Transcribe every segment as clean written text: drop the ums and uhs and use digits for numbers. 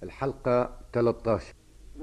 الحلقة 13.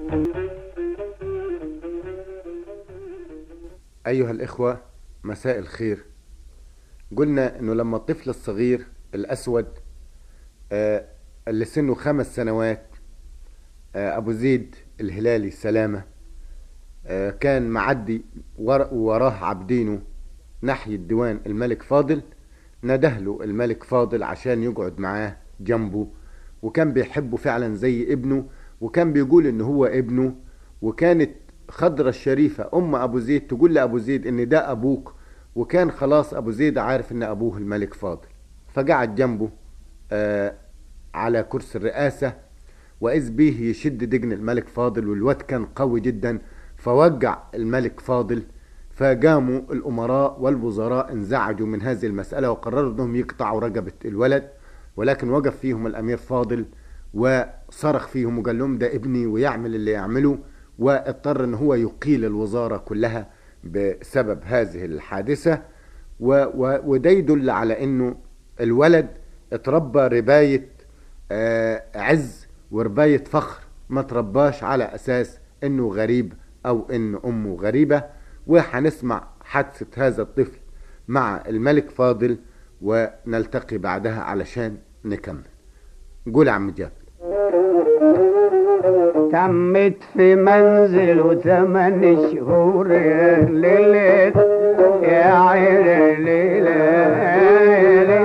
أيها الإخوة، مساء الخير. قلنا أنه لما الطفل الصغير الأسود اللي سنه 5 سنوات، أبو زيد الهلالي سلامة، كان معدي وراه عبدينه ناحية ديوان الملك فاضل، ندهله الملك فاضل عشان يقعد معاه جنبه، وكان بيحبه فعلا زي ابنه، وكان بيقول ان هو ابنه. وكانت خضرة الشريفة ام ابو زيد تقول لابو زيد ان ده ابوك، وكان خلاص ابو زيد عارف ان ابوه الملك فاضل، فقعد جنبه على كرسي الرئاسة، وإذ به يشد دجن الملك فاضل، والواد كان قوي جدا، فوقع الملك فاضل. فقاموا الأمراء والوزراء انزعجوا من هذه المسألة وقرروا أنهم يقطعوا رقبة الولد، ولكن وقف فيهم الأمير فاضل وصرخ فيهم وقال لهم ده ابني ويعمل اللي يعمله، واضطر أن هو يقيل الوزارة كلها بسبب هذه الحادثة. وده يدل على أنه الولد اتربى رباية عز ورباية فخر، ما ترباش على أساس أنه غريب أو أن أمه غريبة. وحنسمع حادثة هذا الطفل مع الملك فاضل ونلتقي بعدها علشان نكمل. قول عم جابر. تمت في منزل 8 شهور يا ليلة يا عيل ليلة،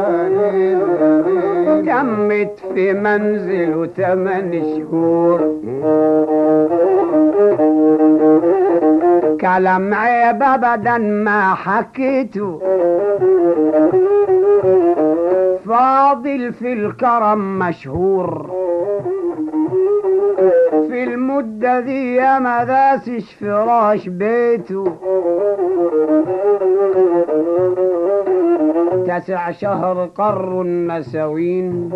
تمت في منزل 8 شهور. كلام عيب ابدا ما حكيته، فاضل في الكرم مشهور. في المدة دي ما داسش فراش بيته، 9 شهر قر النسوين،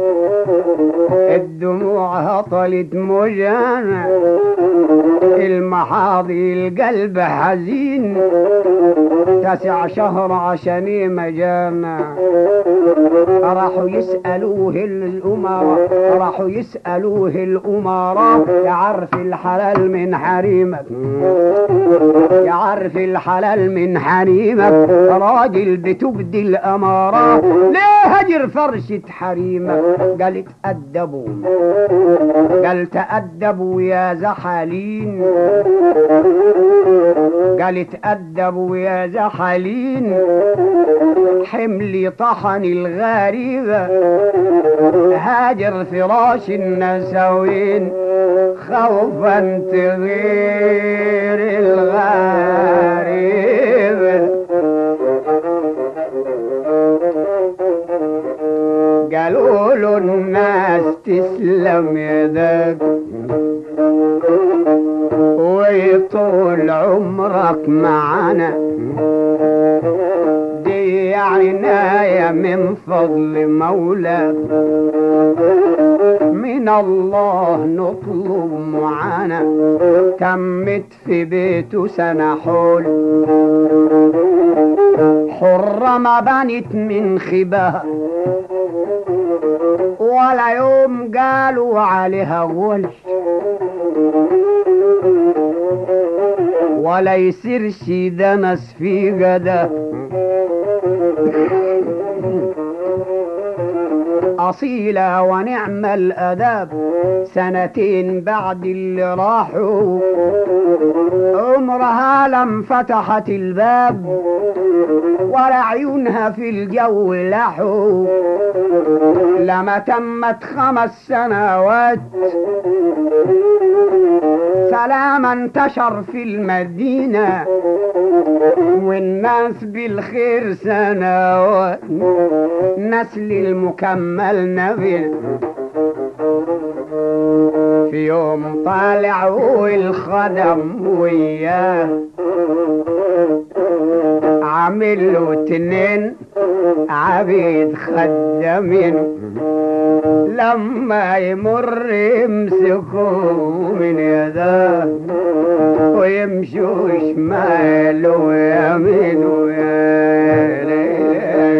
الدموع هطلت مجانا، المحاضي القلب حزين، 9 شهر عشان مجانا. راحوا يسألوه الأمراء، راحوا يسألوه الأمراء، يعرف الحلال من حريمك، يعرف الحلال من حريمك، راجل بتبدي الأمارة، ليه هجر فرشة حريمك؟ قال تأدبوا، قال تأدبوا يا زحالين، قال تأدبوا يا زحالين، حملي طحن الغريبة، هاجر فراش النسوين، خوفا تغير الغريبة. قالوا له الناس تسلم يدك ويطول عمرك معنا، دي عناية من فضل مولاك، من الله نطلب معانا. تمت في بيته سنة حول، حرة ما بنت من خباها، ولا يوم قالوا عليها غلش، ولا يسيرش دنس في قدا، أصيلة ونعم الأداب. 2 بعد اللي راحوا، عمرها لم فتحت الباب، ولا عيونها في الجو لحوا. لما تمت 5 سنوات، سلام انتشر في المدينة، والناس بالخير سنوات، نسل المكمل نبي. في يوم طالع والخدم وياه، عامل له 2 عبيد خدمين، لما يمر يمسكوا من يداه، ويمشوا شمال ويمين ويا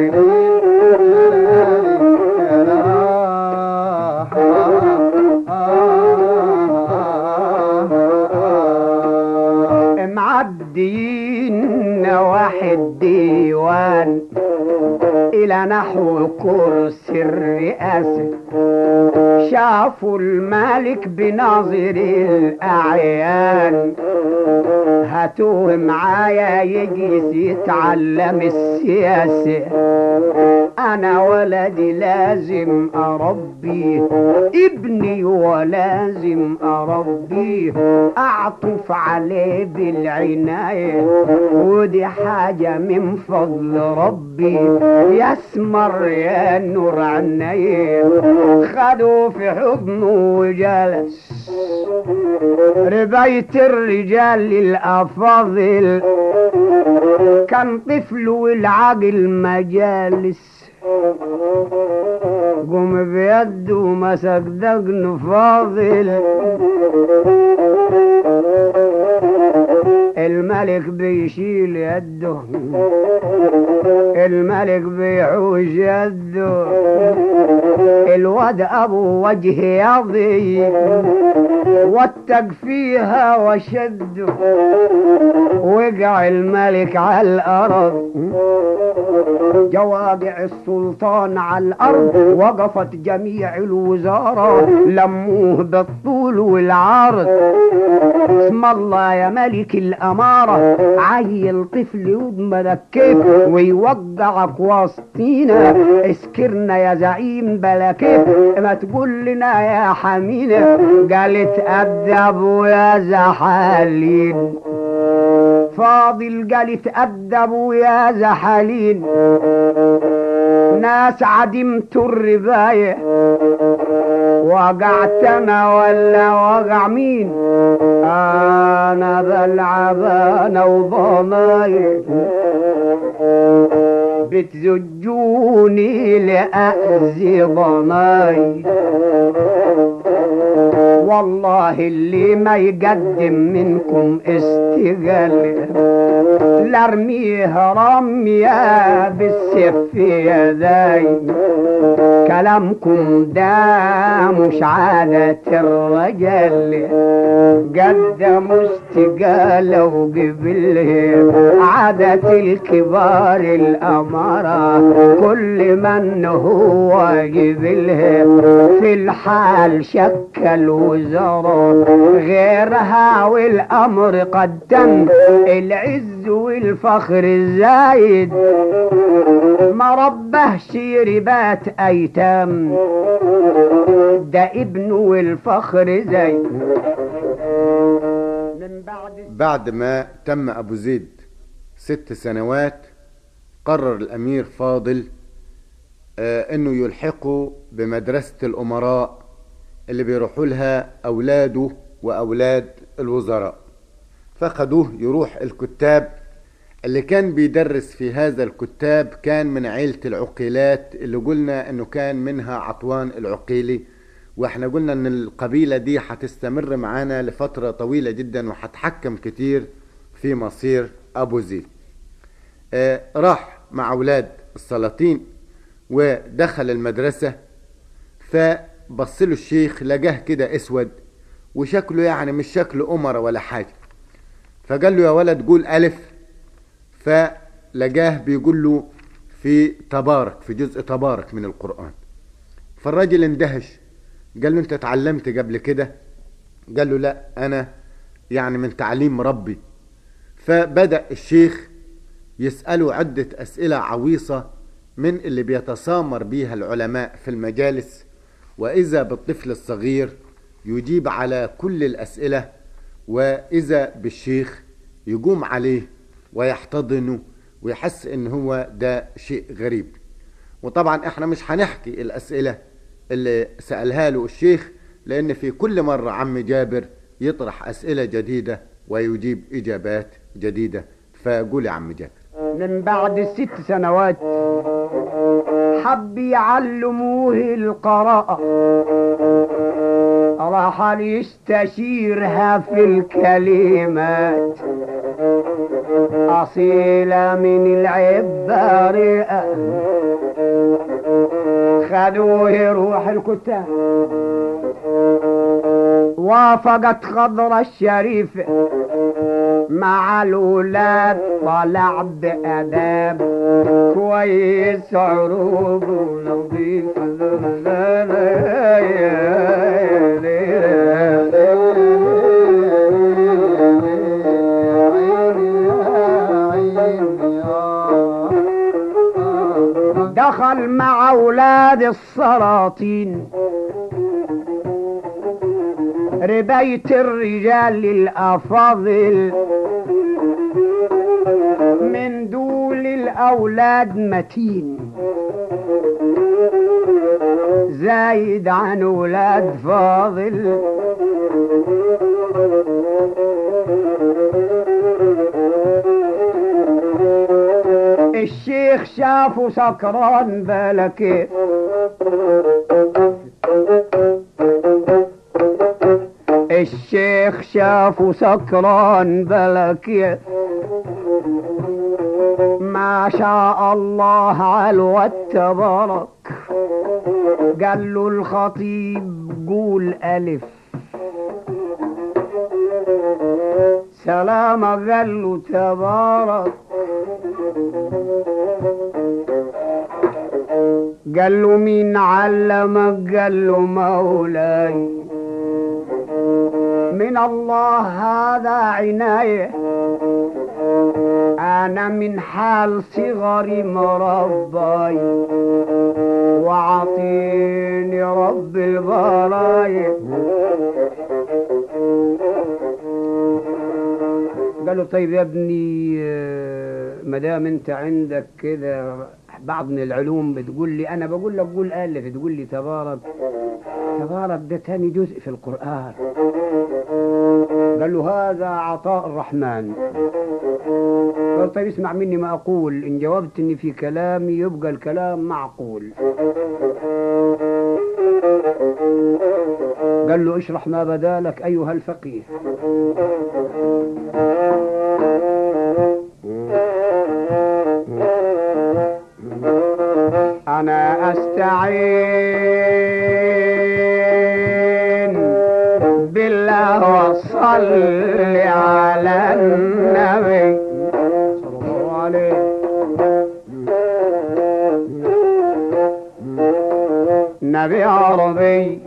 ليل. نحو كرسي الرئاسة شافوا الملك بناظر الأعيان هاتوه معايا يجلس يتعلم السياسة أنا ولدي لازم أربيه ابني ولازم أربيه أعطف عليه بالعناية ودي حاجة من فضل ربي يسمر يا نور عينيه خدوا في حضنه وجلس ربيت الرجال للأفاضل كان طفل والعقل مجالس قم بيده مسك دقن فاضل الملك بيشيل يده الملك بيحوش يده الواد ابو وجه يضيق واتق فيها وشده وقع الملك على الارض جواقع السلطان على الارض وقفت جميع الوزارة لموه بالطول والعرض اسم الله يا ملك الامارة عيل طفل يضمدك كيف ويوقعك وسطينا اسكرنا يا زعيم بلا كيف ما تقول لنا يا حمينا قالت ادب يا زحالين فاضل قالت ادب يا زحالين ناس عدمت الرباية وقعت انا ولا وقع مين انا بلعب انا وضناي بتزجوني لأذي ضناي والله اللي ما يقدم منكم استقال لارميه رمية بالسيف في يداي كلامكم ده مش عادة الرجال قدموا استقالة وقبله عادة الكبار الأمارة كل من هو قبله في الحال شكل وزاره غيرها والأمر قد تم العز والفخر الزايد ما ربهش ربات أيتام ده ابنه والفخر زايد. بعد ما تم أبو زيد 6 سنوات قرر الأمير فاضل أنه يلحقه بمدرسة الأمراء اللي بيروحوا لها أولاده وأولاد الوزراء فخدوه يروح الكتاب اللي كان بيدرس في هذا الكتاب كان من عيلة العقيلات اللي قلنا أنه كان منها عطوان العقيلي واحنا قلنا ان القبيلة دي هتستمر معانا لفترة طويلة جدا وهتحكم كتير في مصير ابو زيد. راح مع اولاد السلاطين ودخل المدرسة فبصله الشيخ لقاه كده اسود وشكله يعني مش شكل امرة ولا حاجة فقال له يا ولد قول الف فلقاه بيقول له في تبارك في جزء تبارك من القرآن فالراجل اندهش قال له انت اتعلمت قبل كده قال له لا انا يعني من تعليم ربي فبدأ الشيخ يسأله عدة اسئلة عويصة من اللي بيتسامر بيها العلماء في المجالس واذا بالطفل الصغير يجيب على كل الاسئلة واذا بالشيخ يقوم عليه ويحتضنه ويحس ان هو ده شيء غريب. وطبعا احنا مش هنحكي الاسئلة اللي سألها له الشيخ لأن في كل مرة عم جابر يطرح أسئلة جديدة ويجيب إجابات جديدة فقول يا عم جابر. من بعد 6 سنوات حب يعلموه القراءة راح يستشيرها في الكلمات أصيلة من العبارة خدوه يروح الكتاب وافقت خضرة الشريفة مع الولاد طلع بأداب كويس عروبه نظيف دخل مع أولاد السلاطين ربيت الرجال الأفاضل من دول الأولاد متين زايد عن أولاد فاضل الشيخ شافه سكران بالك الشيخ شافه سكران بالك ما شاء الله على تبارك قال له الخطيب قول ألف سلام قال له تبارك قال له مين علمك قال له مولاي من الله هذا عناية أنا من حال صغري مرباي وعطيني رب البرايا قال له طيب يا ابني مدام انت عندك كده بعض من العلوم بتقول لي انا بقول لك قول الف تقول لي تبارك تبارك ده تاني جزء في القرآن قال له هذا عطاء الرحمن قال طيب اسمع مني ما اقول ان جاوبت اني في كلامي يبقى الكلام معقول قال له اشرح ما بدالك ايها الفقيه أنا أستعين بالله وصلي على النبي صلى الله عليه نبي عربي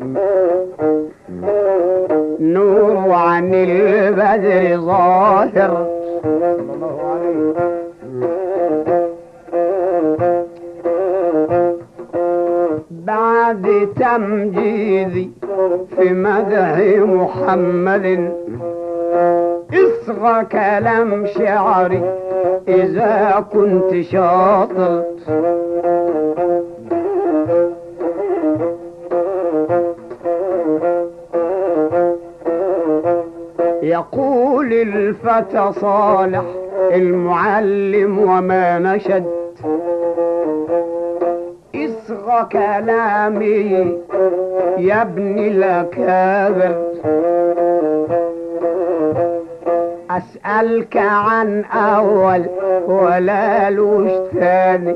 نور عن البدر ظاهر صلى الله عليه بعد تمجيدي في مدح محمد اصغى كلام شعري إذا كنت شاطر يقول الفتى صالح المعلم وما نشد اصغى كلامي يا ابن الأكابر أسألك عن أول ولا لوش ثاني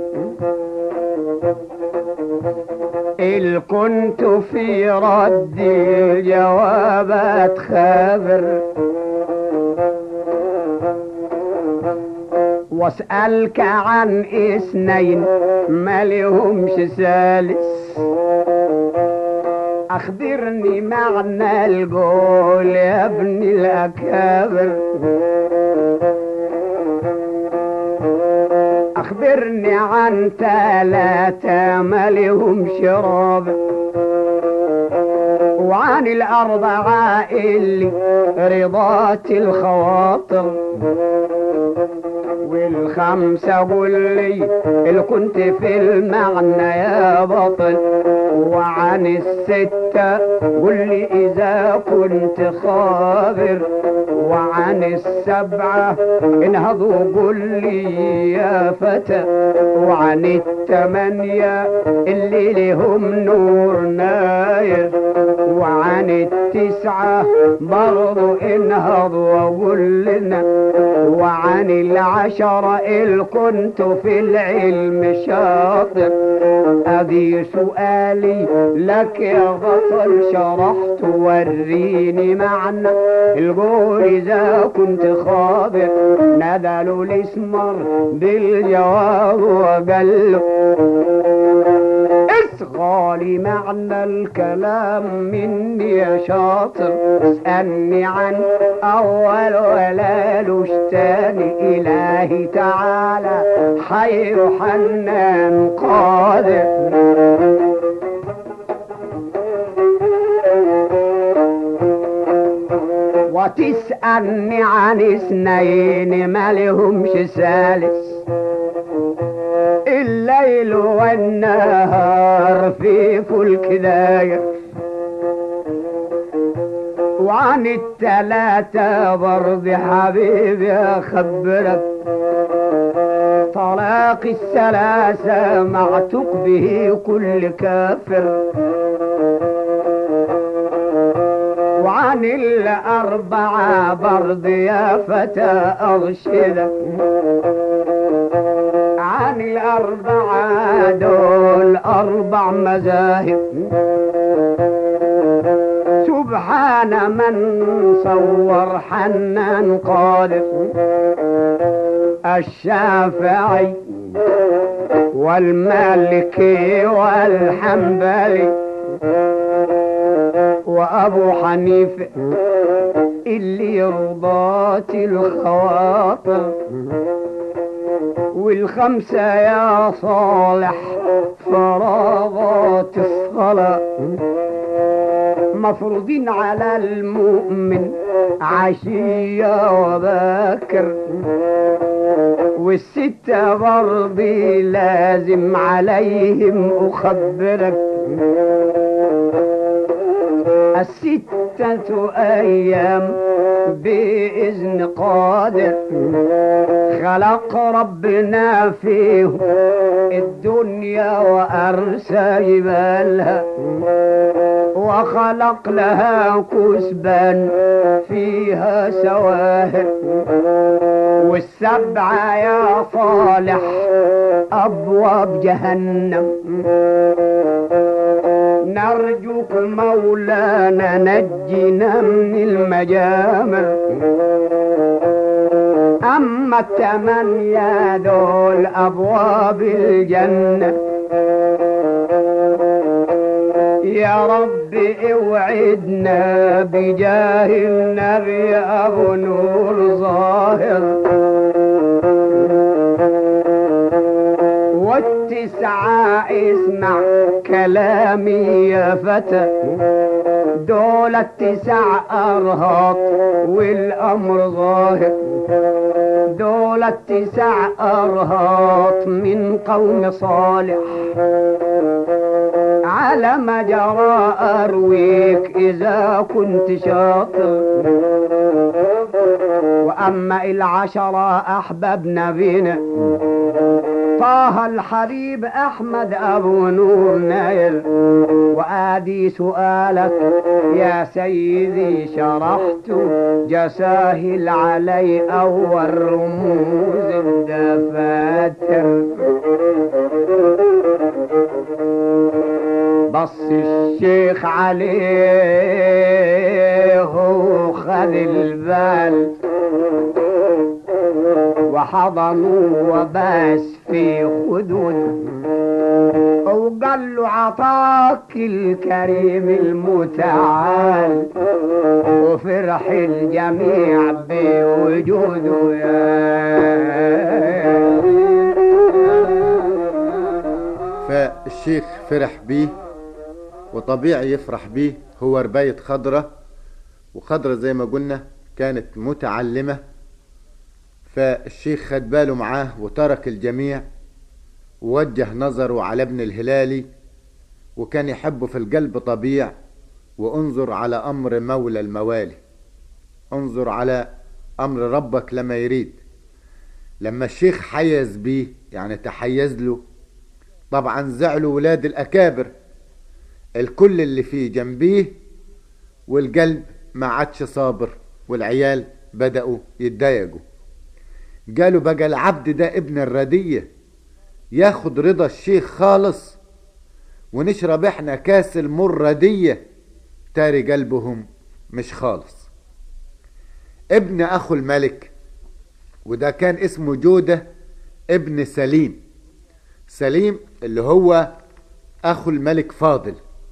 إن كنت في رد الجوابات خابر واسألك عن اثنين ما لهمش ثالث اخبرني معنى القول يا ابن الأكابر اخبرني عن ثلاثة ما لهمش رابع وعن الأربعة اللي رضات الخواطر والخمسة قول لي اللي كنت في المعنى يا بطل وعن الستة قول لي إذا كنت خابر وعن السبعة انهضوا قول لي يا فتى وعن الثمانية اللي لهم نور ناير وعن وعن التسعة برضو انهض وقول لنا، وعن العشرة اللي كنت في العلم شاطر. ادي سؤالي لك يا بطل، شرحت وريني معنى القول اذا كنت خابر. نادله الاسمر بالجواب وقال له اسغالي معنى الكلام مني يا شاطر. اسألني عن اول ولا لوش تاني، الهي تعالى حي وحنان قادر. وتسألني عن اثنين ما لهمش ثالث، الليل والنهار في فلك داير. وعن التلاتة برضي حبيبي اخبرك، طلاق الثلاثة معتق به كل كافر. وعن الأربعة برض يا فتى أرشدك، عن الأربعة دول أربع مذاهب. سبحان من صور حنان قادر، الشافعي والمالكي والحنبلي وابو حنيفه اللي يرضات الخواطر. والخمسه يا صالح فراغات الصلاه مفروضين على المؤمن عشيه وباكر. والستة برضي لازم عليهم أخبرك، الستة أيام بإذن قادر خلق ربنا فيه الدنيا وأرسى جبالها، وخلق لها كسبان فيها سواهر. والسبعة يا صالح أبواب جهنم. نرجوك مولانا نجنا من المجامع. أما الثمانية دول أبواب الجنة، يا رب اوعدنا بجاه النبي أبو نور ظاهر. والتسعة اسمع كلامي يا فتى، دول التسع أرهاط والأمر ظاهر. دول التسع أرهاط من قوم صالح، على ما جرى أرويك إذا كنت شاطر. وأما العشرة أحببنا بنا، طه الحبيب أحمد أبو نور نايل. وآدي سؤالك يا سيدي شرحت، جساهل علي أول رموز الدفاتر. بص الشيخ عليه وخذ البال، وحضنوا وباس في خدود، وقال له عطاك الكريم المتعال. وفرح الجميع بوجوده فالشيخ فرح بيه، وطبيعي يفرح بيه. هو رباية خضرة، وخضرة زي ما قلنا كانت متعلمة. فالشيخ خد باله معاه وترك الجميع ووجه نظره على ابن الهلالي، وكان يحبه في القلب طبيع. وانظر على أمر مولى الموالي، انظر على أمر ربك لما يريد. لما الشيخ حيز بيه يعني تحيز له، طبعا زعلوا ولاد الأكابر الكل اللي فيه جنبيه، والقلب ما عادش صابر، والعيال بدأوا يتضايقوا. قالوا بقى العبد ده ابن الردية ياخد رضا الشيخ خالص، ونشرب احنا كاس المردية. تاري قلبهم مش خالص. ابن اخو الملك، وده كان اسمه جودة ابن سليم. سليم اللي هو اخو الملك فاضل.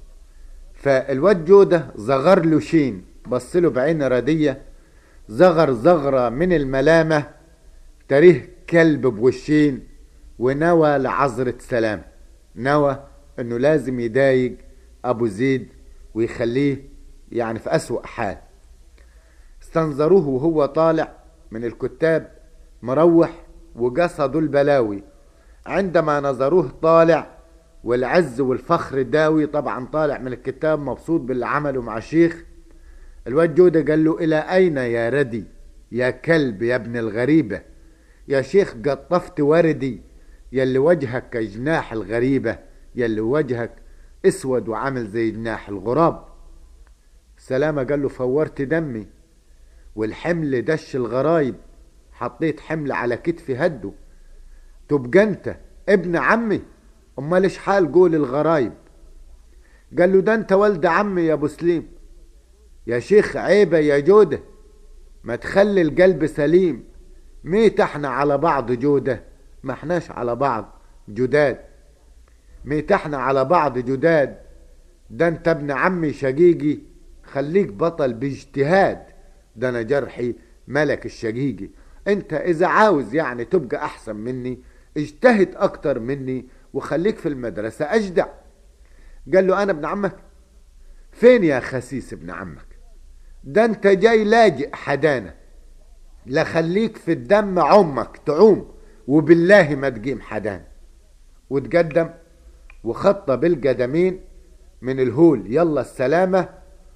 فالواد جودة زغر له شين، بص له بعين ردية، زغر زغرة من الملامة، تاريه كلب بوشين، ونوى لعذرة سلام. نوى انه لازم يضايق ابو زيد ويخليه يعني في اسوأ حال. استنظروه وهو طالع من الكتاب مروح، وقصدوا البلاوي. عندما نظروه طالع والعز والفخر داوي، طبعا طالع من الكتاب مبسوط باللي عمله مع الشيخ. الواد جودة قال له الى اين يا ردي يا كلب يا ابن الغريبة، يا شيخ قطفت وردي، يلي وجهك كجناح الغريبة، يلي وجهك اسود وعامل زي جناح الغراب. سلامة قال له فورت دمي والحمل دش الغرايب، حطيت حمل على كتفي هده، تبقى انت ابن عمي، امال ايش حال قول الغرايب. قال له ده انت ولد عمي يا ابو سليم، يا شيخ عيبة يا جودة، ما تخلي القلب سليم، ميت احنا على بعض جودة، ما احناش على بعض جداد، ميت احنا على بعض جداد، ده انت ابن عمي شقيقي، خليك بطل باجتهاد، ده انا جرحي ملك الشقيقي، انت اذا عاوز يعني تبقى احسن مني اجتهد اكتر مني وخليك في المدرسة اجدع. قال له انا ابن عمك؟ فين يا خسيس ابن عمك، ده انت جاي لاجئ حدانا، لا خليك في الدم عمك تعوم، وبالله ما تقيم حدان. وتقدم وخطى بالقدمين من الهول يلا السلامة،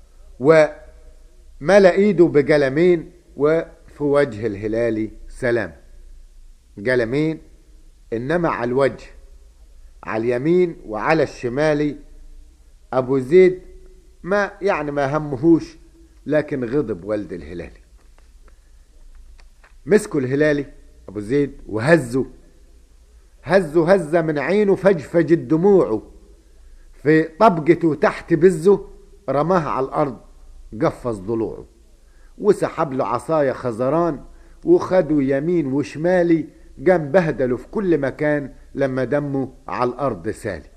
وملأ ايده بقلمين، وفي وجه الهلالي سلام. قلمين انما على الوجه، على اليمين وعلى الشمالي. ابو زيد ما يعني ما همهوش، لكن غضب والد الهلالي. مسكوا الهلالي ابو زيد وهزوا هزة من عينه، فجفجت دموعه في طبقته تحت بزه، رماها على الارض قفز ضلوعه، وسحب له عصاية خزران، وخدوا يمين وشمالي، قام بهدله في كل مكان لما دمه على الارض سالي.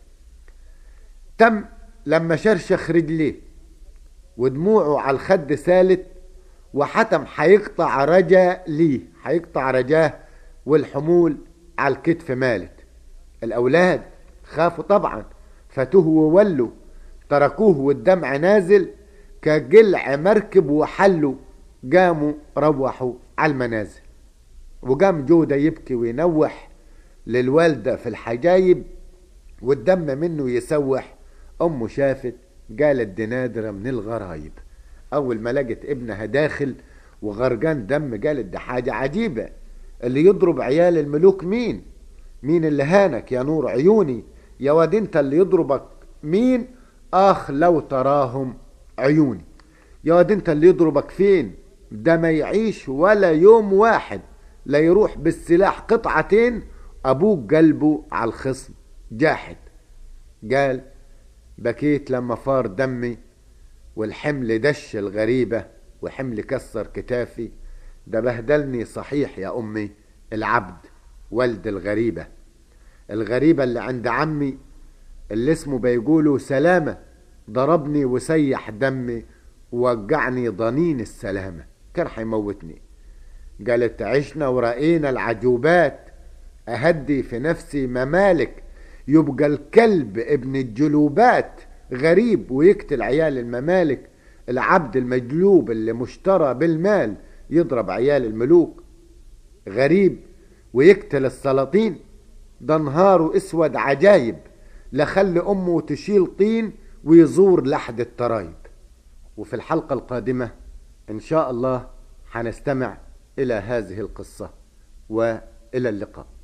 تم لما شرشخ رجليه ودموعه على الخد سالت، وحتم حيقطع رجا ليه، حيقطع رجاه، والحمول على الكتف مالت. الاولاد خافوا طبعا، فتوه وولوا، تركوه والدمع نازل كجلع مركب وحلوا، قاموا روحوا على المنازل. وقام جودة يبكي وينوح للوالدة في الحجايب، والدم منه يسوح. امه شافت قالت دي نادرة من الغرايب، اول ما لقت ابنها داخل وغرقان دم قالت دي حاجة عجيبة، اللي يضرب عيال الملوك مين اللي هانك يا نور عيوني، يا واد انت اللي يضربك مين، اخ لو تراهم عيوني، يا واد انت اللي يضربك فين، ده ما يعيش ولا يوم واحد، لا يروح بالسلاح قطعتين، ابوك قلبه على الخصم جاحد. قال بكيت لما فار دمي، والحمل دش الغريبة، وحمل كسر كتافي، ده بهدلني صحيح يا امي العبد ولد الغريبة، الغريبة اللي عند عمي اللي اسمه بيقولوا سلامة، ضربني وسيح دمي ووقعني ضنين السلامة، كان حيموتني. قالت عشنا ورأينا العجوبات، أهدي في نفسي ممالك، يبقى الكلب ابن الجلوبات غريب ويقتل عيال الممالك، العبد المجلوب اللي مشترى بالمال يضرب عيال الملوك، غريب ويقتل السلاطين، ده نهاره اسود عجايب، لخلي امه تشيل طين ويزور لحد الترايب. وفي الحلقة القادمة ان شاء الله حنستمع الى هذه القصة، والى اللقاء.